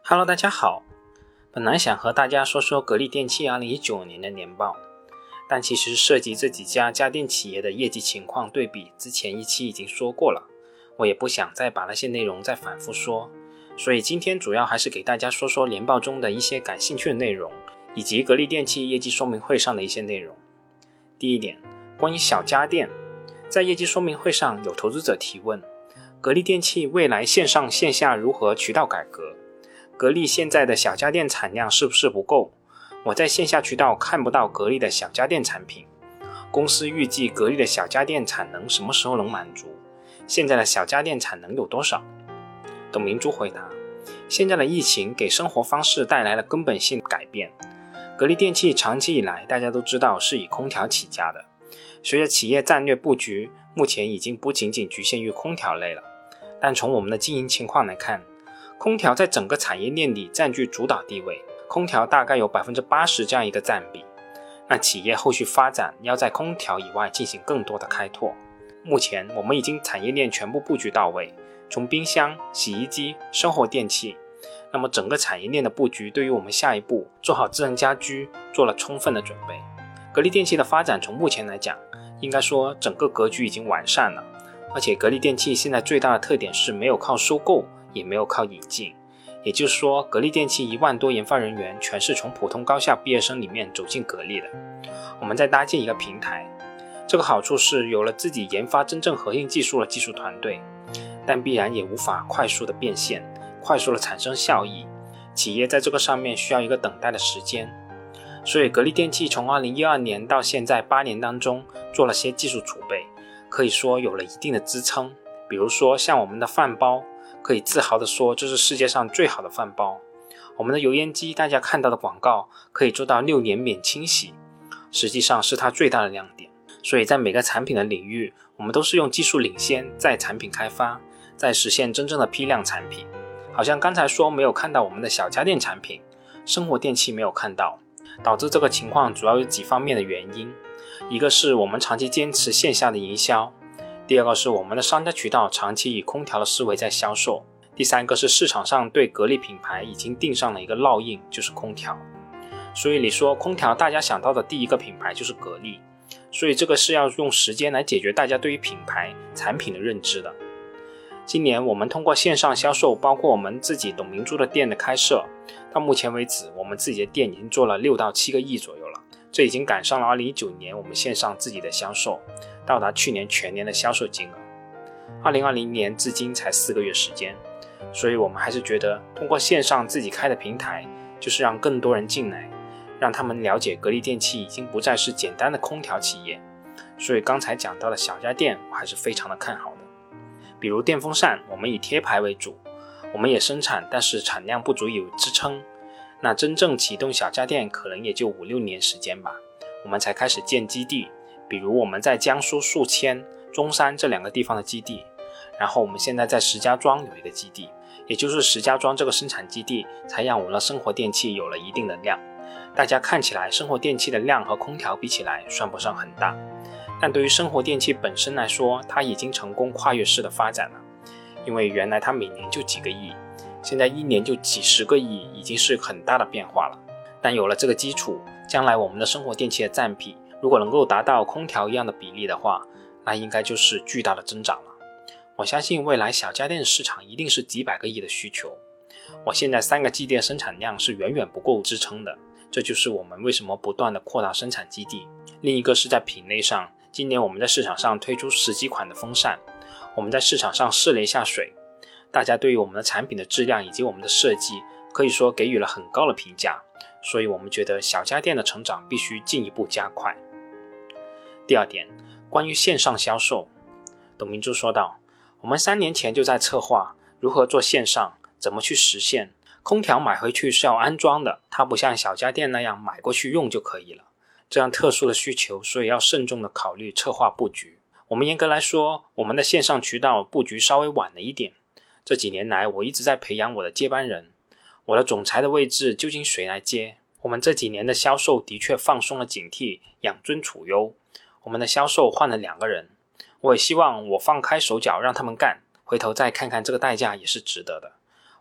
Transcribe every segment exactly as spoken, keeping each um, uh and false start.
Hello， 大家好。本来想和大家说说格力电器二零一九年的年报，但其实涉及这几家家电企业的业绩情况对比，之前一期已经说过了，我也不想再把那些内容再反复说，所以今天主要还是给大家说说年报中的一些感兴趣的内容，以及格力电器业绩说明会上的一些内容。第一点，关于小家电，在业绩说明会上有投资者提问，格力电器未来线上线下如何渠道改革？格力现在的小家电产量是不是不够？我在线下渠道看不到格力的小家电产品。公司预计格力的小家电产能什么时候能满足？现在的小家电产能有多少？董明珠回答，现在的疫情给生活方式带来了根本性改变。格力电器长期以来大家都知道是以空调起家的，随着企业战略布局，目前已经不仅仅局限于空调类了。但从我们的经营情况来看，空调在整个产业链里占据主导地位，空调大概有 百分之八十 这样一个占比。那企业后续发展要在空调以外进行更多的开拓。目前我们已经产业链全部布局到位，从冰箱、洗衣机、生活电器，那么整个产业链的布局对于我们下一步做好智能家居做了充分的准备。格力电器的发展从目前来讲，应该说整个格局已经完善了，而且格力电器现在最大的特点是没有靠收购，也没有靠引进，也就是说格力电器一万多研发人员全是从普通高校毕业生里面走进格力的。我们再搭建一个平台，这个好处是有了自己研发真正核心技术的技术团队，但必然也无法快速的变现，快速的产生效益，企业在这个上面需要一个等待的时间。所以格力电器从二零一二年到现在八年当中做了些技术储备，可以说有了一定的支撑。比如说像我们的饭包，可以自豪地说这是世界上最好的饭包。我们的油烟机大家看到的广告可以做到六年免清洗，实际上是它最大的亮点。所以在每个产品的领域，我们都是用技术领先，在产品开发，在实现真正的批量产品。好像刚才说没有看到我们的小家电产品，生活电器没有看到，导致这个情况主要有几方面的原因。一个是我们长期坚持线下的营销，第二个是我们的商家渠道长期以空调的思维在销售，第三个是市场上对格力品牌已经定上了一个烙印，就是空调。所以你说空调大家想到的第一个品牌就是格力，所以这个是要用时间来解决大家对于品牌产品的认知的。今年我们通过线上销售，包括我们自己董明珠的店的开设，到目前为止我们自己的店已经做了六到七个亿左右了，这已经赶上了二零一九年我们线上自己的销售，到达去年全年的销售金额。二零二零年至今才四个月时间，所以我们还是觉得通过线上自己开的平台，就是让更多人进来，让他们了解格力电器已经不再是简单的空调企业。所以刚才讲到的小家电我还是非常的看好的。比如电风扇，我们以贴牌为主，我们也生产，但是产量不足以支撑，那真正启动小家电可能也就五六年时间吧，我们才开始建基地。比如我们在江苏宿迁、中山这两个地方的基地，然后我们现在在石家庄有一个基地，也就是石家庄这个生产基地才让我们的生活电器有了一定的量。大家看起来生活电器的量和空调比起来算不上很大，但对于生活电器本身来说，它已经成功跨越式的发展了。因为原来它每年就几个亿，现在一年就几十个亿，已经是很大的变化了。但有了这个基础，将来我们的生活电器的占比如果能够达到空调一样的比例的话，那应该就是巨大的增长了。我相信未来小家电的市场一定是几百个亿的需求，我现在三个基地的生产量是远远不够支撑的，这就是我们为什么不断的扩大生产基地。另一个是在品类上，今年我们在市场上推出十几款的风扇，我们在市场上试了一下水，大家对于我们的产品的质量以及我们的设计可以说给予了很高的评价，所以我们觉得小家电的成长必须进一步加快。第二点，关于线上销售，董明珠说道，我们三年前就在策划如何做线上，怎么去实现。空调买回去是要安装的，它不像小家电那样买过去用就可以了，这样特殊的需求，所以要慎重的考虑策划布局。我们严格来说，我们的线上渠道布局稍微晚了一点，这几年来我一直在培养我的接班人，我的总裁的位置究竟谁来接？我们这几年的销售的确放松了警惕，养尊处优，我们的销售换了两个人，我也希望我放开手脚让他们干，回头再看看这个代价也是值得的。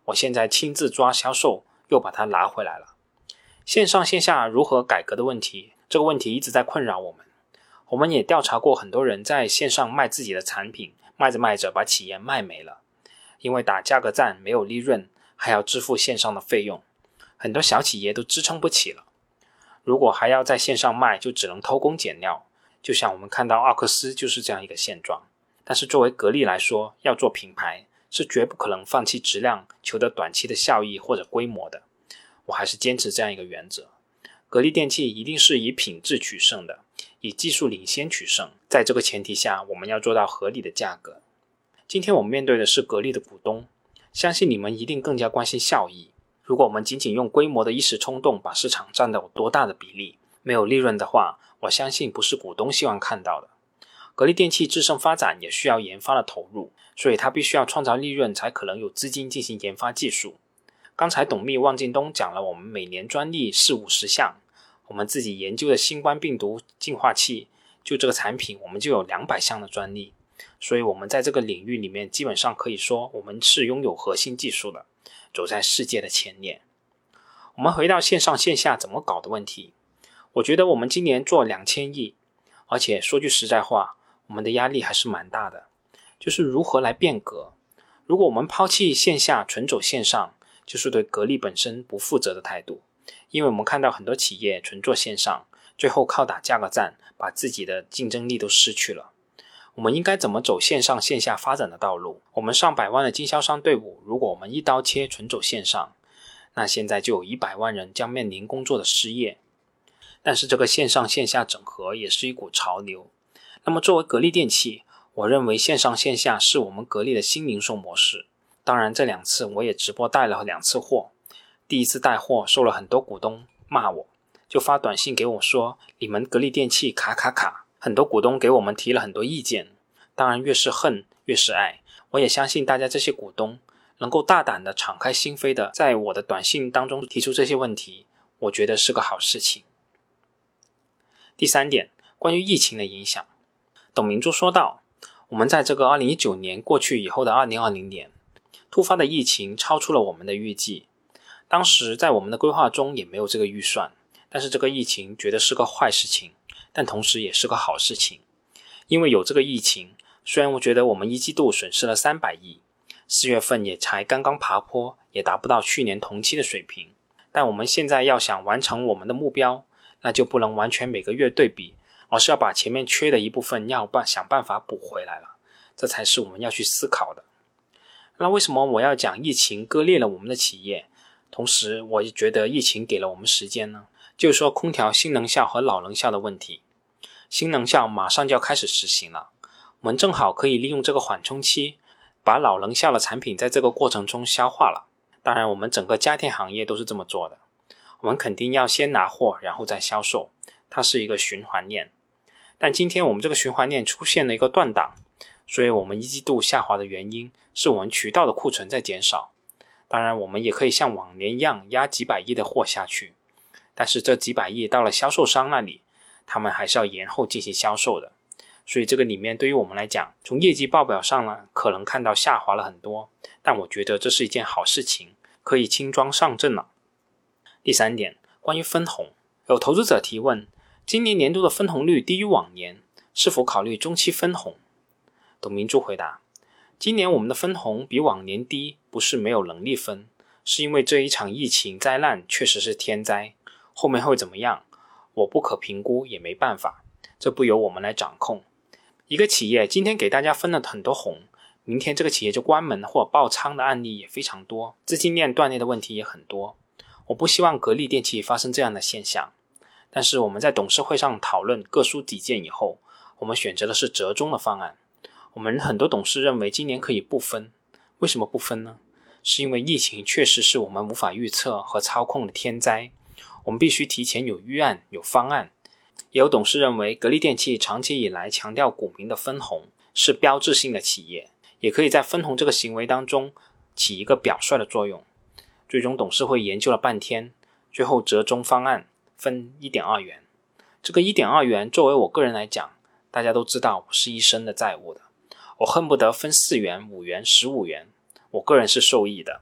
我现在亲自抓销售，又把它拿回来了。线上线下如何改革的问题，这个问题一直在困扰我们。我们也调查过很多人在线上卖自己的产品，卖着卖着把企业卖没了，因为打价格战没有利润，还要支付线上的费用，很多小企业都支撑不起了。如果还要在线上卖，就只能偷工减料，就像我们看到奥克斯就是这样一个现状。但是作为格力来说，要做品牌是绝不可能放弃质量求得短期的效益或者规模的。我还是坚持这样一个原则，格力电器一定是以品质取胜的，以技术领先取胜，在这个前提下，我们要做到合理的价格。今天我们面对的是格力的股东，相信你们一定更加关心效益。如果我们仅仅用规模的一时冲动把市场占到有多大的比例，没有利润的话，我相信不是股东希望看到的。格力电器自身发展也需要研发的投入，所以它必须要创造利润才可能有资金进行研发技术。刚才董秘汪进东讲了我们每年专利四五十项，我们自己研究的新冠病毒净化器，就这个产品我们就有两百项的专利，所以我们在这个领域里面基本上可以说我们是拥有核心技术的，走在世界的前列。我们回到线上线下怎么搞的问题，我觉得我们今年做两千亿，而且说句实在话，我们的压力还是蛮大的，就是如何来变革。如果我们抛弃线下纯走线上，就是对格力本身不负责的态度。因为我们看到很多企业纯做线上，最后靠打价格战把自己的竞争力都失去了。我们应该怎么走线上线下发展的道路？我们上百万的经销商队伍，如果我们一刀切纯走线上，那现在就有一百万人将面临工作的失业。但是这个线上线下整合也是一股潮流。那么作为格力电器，我认为线上线下是我们格力的新零售模式。当然这两次我也直播带了两次货，第一次带货受了很多股东骂我，就发短信给我说你们格力电器卡卡卡，很多股东给我们提了很多意见。当然越是恨越是爱，我也相信大家这些股东能够大胆的敞开心扉的在我的短信当中提出这些问题，我觉得是个好事情。第三点，关于疫情的影响，董明珠说到，我们在这个二零一九年过去以后的二零二零年，突发的疫情超出了我们的预计，当时在我们的规划中也没有这个预算，但是这个疫情觉得是个坏事情，但同时也是个好事情。因为有这个疫情，虽然我觉得我们一季度损失了三百亿，四月份也才刚刚爬坡，也达不到去年同期的水平，但我们现在要想完成我们的目标，那就不能完全每个月对比，而是要把前面缺的一部分要办想办法补回来了，这才是我们要去思考的。那为什么我要讲疫情割裂了我们的企业，同时我也觉得疫情给了我们时间呢？就是说空调新能效和老能效的问题，新能效马上就要开始实行了，我们正好可以利用这个缓冲期，把老能效的产品在这个过程中消化了。当然我们整个家电行业都是这么做的，我们肯定要先拿货然后再销售，它是一个循环链。但今天我们这个循环链出现了一个断档，所以我们一季度下滑的原因是我们渠道的库存在减少。当然我们也可以像往年一样压几百亿的货下去，但是这几百亿到了销售商那里，他们还是要延后进行销售的。所以这个里面对于我们来讲，从业绩报表上呢，可能看到下滑了很多，但我觉得这是一件好事情，可以轻装上阵了。第三点，关于分红，有投资者提问，今年年度的分红率低于往年，是否考虑中期分红？董明珠回答，今年我们的分红比往年低，不是没有能力分，是因为这一场疫情灾难确实是天灾，后面会怎么样，我不可评估也没办法，这不由我们来掌控。一个企业今天给大家分了很多红，明天这个企业就关门或爆仓的案例也非常多，资金链断裂的问题也很多。我不希望格力电器发生这样的现象，但是我们在董事会上讨论各抒己见以后，我们选择的是折中的方案。我们很多董事认为今年可以不分，为什么不分呢？是因为疫情确实是我们无法预测和操控的天灾，我们必须提前有预案有方案。也有董事认为格力电器长期以来强调股民的分红，是标志性的企业，也可以在分红这个行为当中起一个表率的作用。最终董事会研究了半天，最后折中方案分 一点二元。这个 一点二元作为我个人来讲，大家都知道我是一身的债务的，我恨不得分四元五元十五元，我个人是受益的。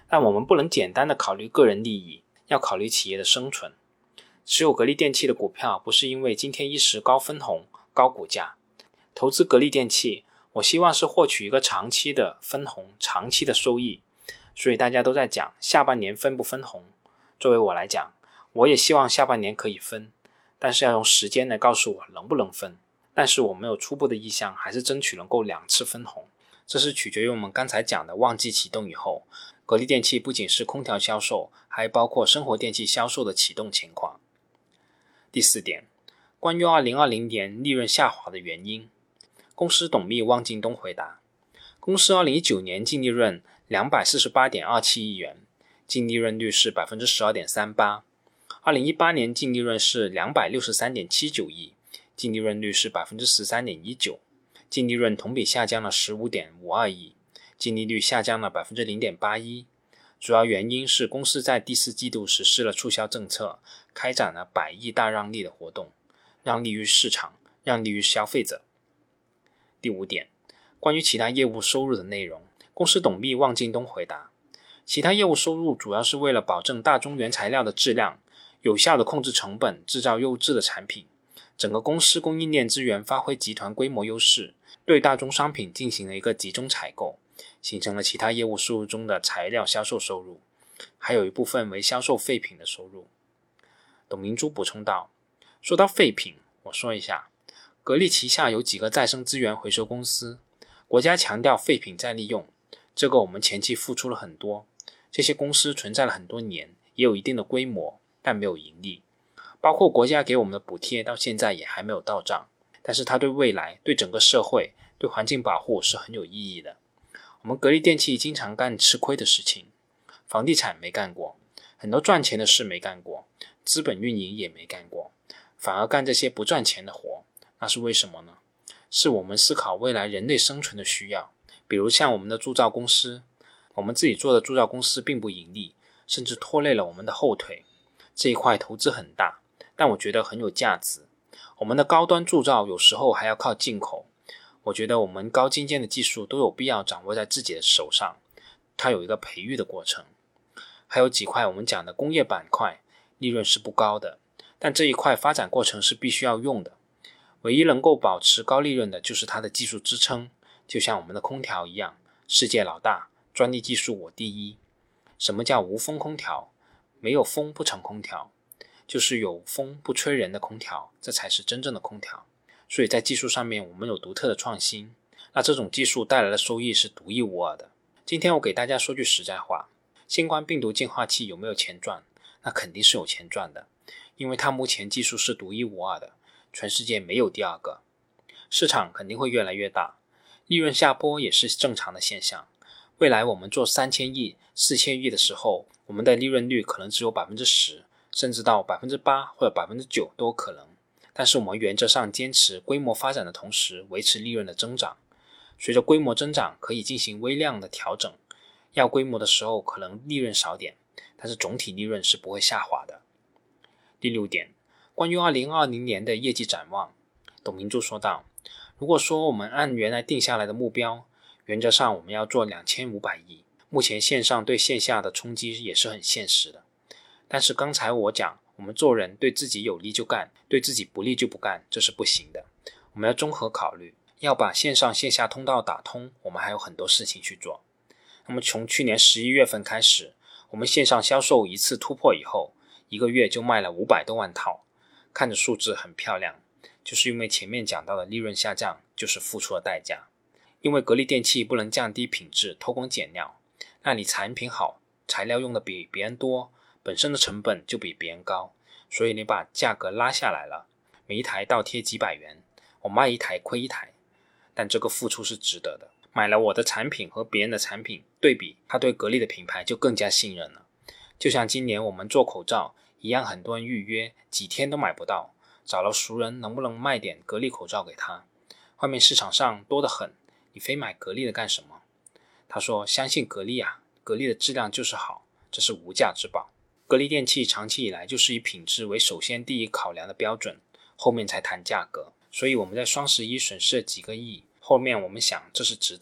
但我们不能简单的考虑个人利益，要考虑企业的生存。持有格力电器的股票不是因为今天一时高分红、高股价，投资格力电器，我希望是获取一个长期的分红、长期的收益。所以大家都在讲下半年分不分红，作为我来讲，我也希望下半年可以分，但是要用时间来告诉我能不能分。但是我们有初步的意向，还是争取能够两次分红。这是取决于我们刚才讲的旺季启动以后，格力电器不仅是空调销售，还包括生活电器销售的启动情况。第四点，关于二零二零年利润下滑的原因，公司董秘汪敬东回答，公司二零一九年净利润 两百四十八点二七亿元，净利润率是 百分之十二点三八， 二零一八年净利润是 两百六十三点七九亿，净利润率是 百分之十三点一九， 净利润同比下降了 十五点五二亿，净利率下降了 百分之零点八一， 主要原因是公司在第四季度实施了促销政策，开展了百亿大让利的活动，让利于市场，让利于消费者。第五点，关于其他业务收入的内容，公司董秘汪敬东回答，其他业务收入主要是为了保证大宗原材料的质量，有效地控制成本，制造优质的产品。整个公司供应链资源发挥集团规模优势，对大宗商品进行了一个集中采购，形成了其他业务收入中的材料销售收入，还有一部分为销售废品的收入。董明珠补充道，说到废品，我说一下，格力旗下有几个再生资源回收公司，国家强调废品再利用，这个我们前期付出了很多，这些公司存在了很多年，也有一定的规模，但没有盈利，包括国家给我们的补贴到现在也还没有到账，但是它对未来、对整个社会、对环境保护是很有意义的。我们格力电器经常干吃亏的事情，房地产没干过，很多赚钱的事没干过，资本运营也没干过，反而干这些不赚钱的活，那是为什么呢？是我们思考未来人类生存的需要。比如像我们的铸造公司，我们自己做的铸造公司并不盈利，甚至拖累了我们的后腿，这一块投资很大，但我觉得很有价值。我们的高端铸造有时候还要靠进口，我觉得我们高精尖的技术都有必要掌握在自己的手上，它有一个培育的过程。还有几块我们讲的工业板块，利润是不高的，但这一块发展过程是必须要用的。唯一能够保持高利润的就是它的技术支撑，就像我们的空调一样，世界老大，专利技术我第一。什么叫无风空调？没有风不成空调，就是有风不吹人的空调，这才是真正的空调。所以在技术上面我们有独特的创新，那这种技术带来的收益是独一无二的。今天我给大家说句实在话，新冠病毒净化器有没有钱赚？那肯定是有钱赚的，因为它目前技术是独一无二的，全世界没有第二个，市场肯定会越来越大，利润下坡也是正常的现象。未来我们做三千亿、四千亿的时候，我们的利润率可能只有 百分之十， 甚至到 百分之八 或者 百分之九 都有可能。但是我们原则上坚持规模发展的同时维持利润的增长，随着规模增长可以进行微量的调整，要规模的时候可能利润少点，但是总体利润是不会下滑的。第六点，关于二零二零年的业绩展望，董明珠说道，如果说我们按原来定下来的目标，原则上我们要做两千五百亿，目前线上对线下的冲击也是很现实的。但是刚才我讲，我们做人对自己有利就干，对自己不利就不干，这是不行的。我们要综合考虑，要把线上线下通道打通，我们还有很多事情去做。那么从去年十一月份开始，我们线上销售一次突破以后，一个月就卖了五百多万套，看着数字很漂亮，就是因为前面讲到的利润下降就是付出的代价。因为格力电器不能降低品质，偷工减料，那你产品好，材料用的比别人多，本身的成本就比别人高，所以你把价格拉下来了，每一台倒贴几百元，我卖一台亏一台，但这个付出是值得的。买了我的产品和别人的产品对比，他对格力的品牌就更加信任了。就像今年我们做口罩一样，很多人预约几天都买不到，找了熟人能不能卖点格力口罩给他，外面市场上多得很，你非买格力的干什么？他说相信格力啊，格力的质量就是好，这是无价之宝。格力电器长期以来就是以品质为首先第一考量的标准，后面才谈价格，所以我们在双十一损失了几个亿，后面我们想这是值得的。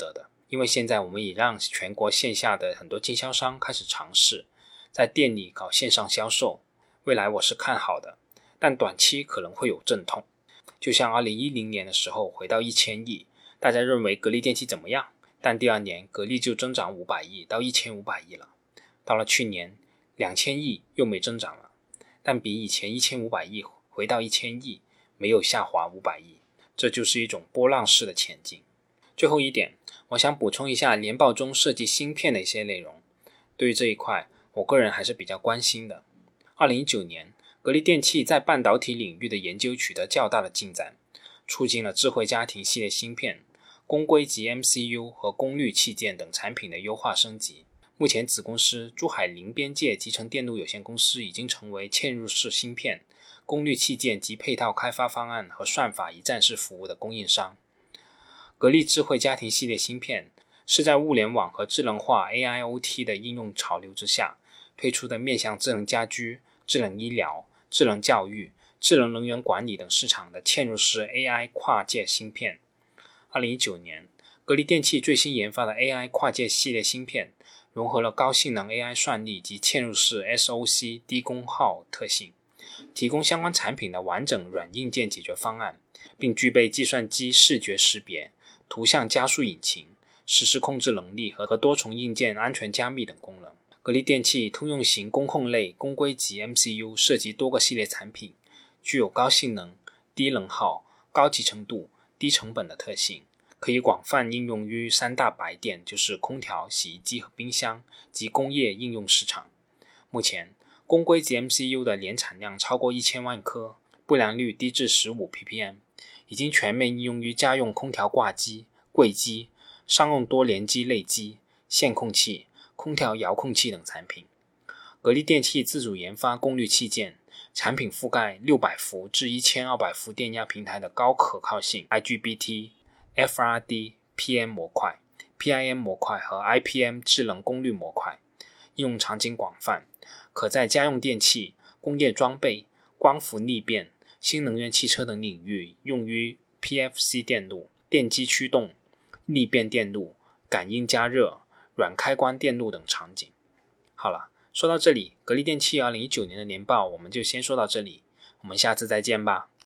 因为现在我们已让全国线下的很多经销商开始尝试在店里搞线上销售，未来我是看好的，但短期可能会有阵痛。就像二零一零年的时候回到一千亿，大家认为格力电器怎么样？但第二年格力就增长五百亿到一千五百亿了，到了去年两千亿又没增长了，但比以前一千五百亿回到一千亿，没有下滑五百亿，这就是一种波浪式的前进。最后一点，我想补充一下年报中涉及芯片的一些内容，对于这一块我个人还是比较关心的。二零一九年格力电器在半导体领域的研究取得较大的进展，促进了智慧家庭系列芯片、公规级 M C U 和功率器件等产品的优化升级。目前子公司珠海零边界集成电路有限公司已经成为嵌入式芯片、功率器件及配套开发方案和算法一站式服务的供应商。格力智慧家庭系列芯片是在物联网和智能化 A I O T 的应用潮流之下推出的面向智能家居、智能医疗、智能教育、智能能源管理等市场的嵌入式 A I 跨界芯片。二零一九年，格力电器最新研发的 A I 跨界系列芯片融合了高性能 A I 算力及嵌入式 S O C 低功耗特性，提供相关产品的完整软硬件解决方案，并具备计算机视觉识别、图像加速引擎、实时控制能力和多重硬件安全加密等功能。格力电器通用型工控类公规级 M C U 涉及多个系列产品，具有高性能、低能耗、高集成度、低成本的特性，可以广泛应用于三大白电，就是空调、洗衣机和冰箱及工业应用市场。目前公规级 M C U 的年产量超过一千万颗，不良率低至 十五 P P M， 已经全面应用于家用空调挂机、柜机、商用多联机类机、线控器、空调遥控器等产品。格力电器自主研发功率器件，产品覆盖六百伏至一千二百伏电压平台的高可靠性 I G B T、F R D、P M 模块、P I M 模块和 I P M 智能功率模块，应用场景广泛，可在家用电器、工业装备、光伏逆变、新能源汽车等领域用于 P F C 电路、电机驱动、逆变电路、感应加热、软开关电路等场景。好了，说到这里，格力电器二零一九年的年报我们就先说到这里，我们下次再见吧。